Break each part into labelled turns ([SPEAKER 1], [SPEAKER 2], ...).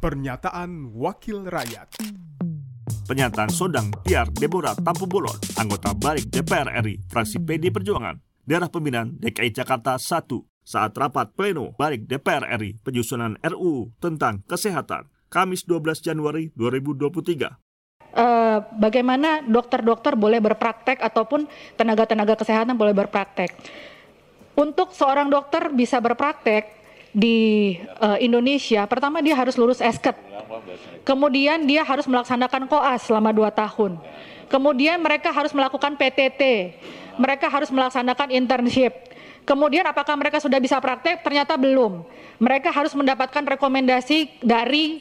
[SPEAKER 1] Pernyataan Wakil Rakyat.
[SPEAKER 2] Pernyataan Sodang Tiar Deborah Tampu Bolon, anggota Balik DPR RI, fraksi PD Perjuangan, daerah pemilihan DKI Jakarta 1, saat rapat pleno Balik DPR RI penyusunan RUU tentang kesehatan, Kamis 12 Januari 2023.
[SPEAKER 3] Bagaimana dokter-dokter boleh berpraktek ataupun tenaga-tenaga kesehatan boleh berpraktek. Untuk seorang dokter bisa berpraktek di Indonesia, pertama dia harus lulus esket. Kemudian dia harus melaksanakan koas selama 2 tahun. Kemudian mereka harus melakukan PTT. Mereka harus melaksanakan internship. Kemudian apakah mereka sudah bisa praktek? Ternyata belum. Mereka harus mendapatkan rekomendasi dari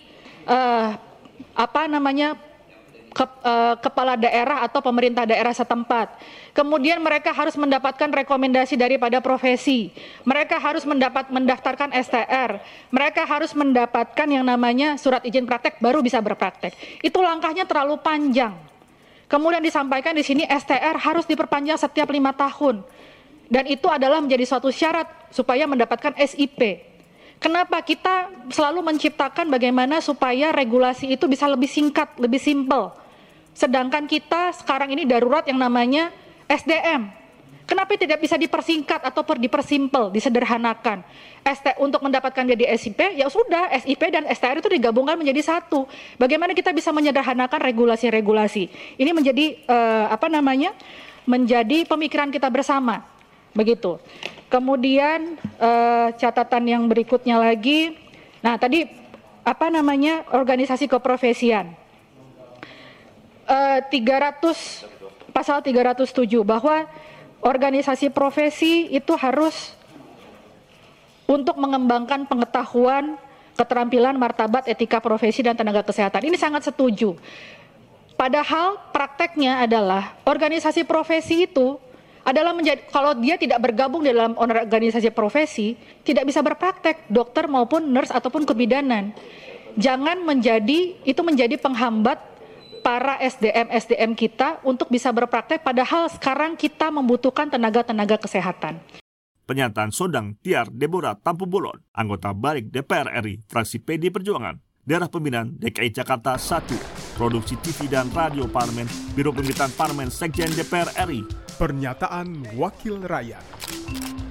[SPEAKER 3] kepala daerah atau pemerintah daerah setempat. Kemudian mereka harus mendapatkan rekomendasi daripada profesi. Mereka harus mendaftarkan STR. Mereka harus mendapatkan yang namanya surat izin praktek baru bisa berpraktek. Itu langkahnya terlalu panjang. Kemudian disampaikan di sini STR harus diperpanjang setiap 5 tahun. Dan itu adalah menjadi suatu syarat supaya mendapatkan SIP. Kenapa kita selalu menciptakan bagaimana supaya regulasi itu bisa lebih singkat, lebih simpel. Sedangkan kita sekarang ini darurat yang namanya SDM. Kenapa tidak bisa dipersingkat atau dipersimpel, disederhanakan? Untuk mendapatkan jadi SIP, ya sudah SIP dan STR itu digabungkan menjadi satu. Bagaimana kita bisa menyederhanakan regulasi-regulasi? Ini menjadi menjadi pemikiran kita bersama. Begitu. Kemudian catatan yang berikutnya lagi, nah tadi organisasi keprofesian. Pasal 307 bahwa organisasi profesi itu harus untuk mengembangkan pengetahuan, keterampilan, martabat, etika profesi dan tenaga kesehatan. Ini sangat setuju. Padahal prakteknya adalah organisasi profesi itu adalah kalau dia tidak bergabung dalam organisasi profesi, tidak bisa berpraktek, dokter maupun nurse ataupun kebidanan. Jangan menjadi penghambat para SDM kita untuk bisa berpraktek, padahal sekarang kita membutuhkan tenaga-tenaga kesehatan.
[SPEAKER 2] Pernyataan Sodang Tiar Deborah Tampu Bolon, anggota Balik DPR RI, fraksi PD Perjuangan, daerah pemilihan DKI Jakarta 1, produksi TV dan radio Parlemen, Biro Pemberitaan Parlemen Sekjen DPR RI.
[SPEAKER 1] Pernyataan Wakil Rakyat.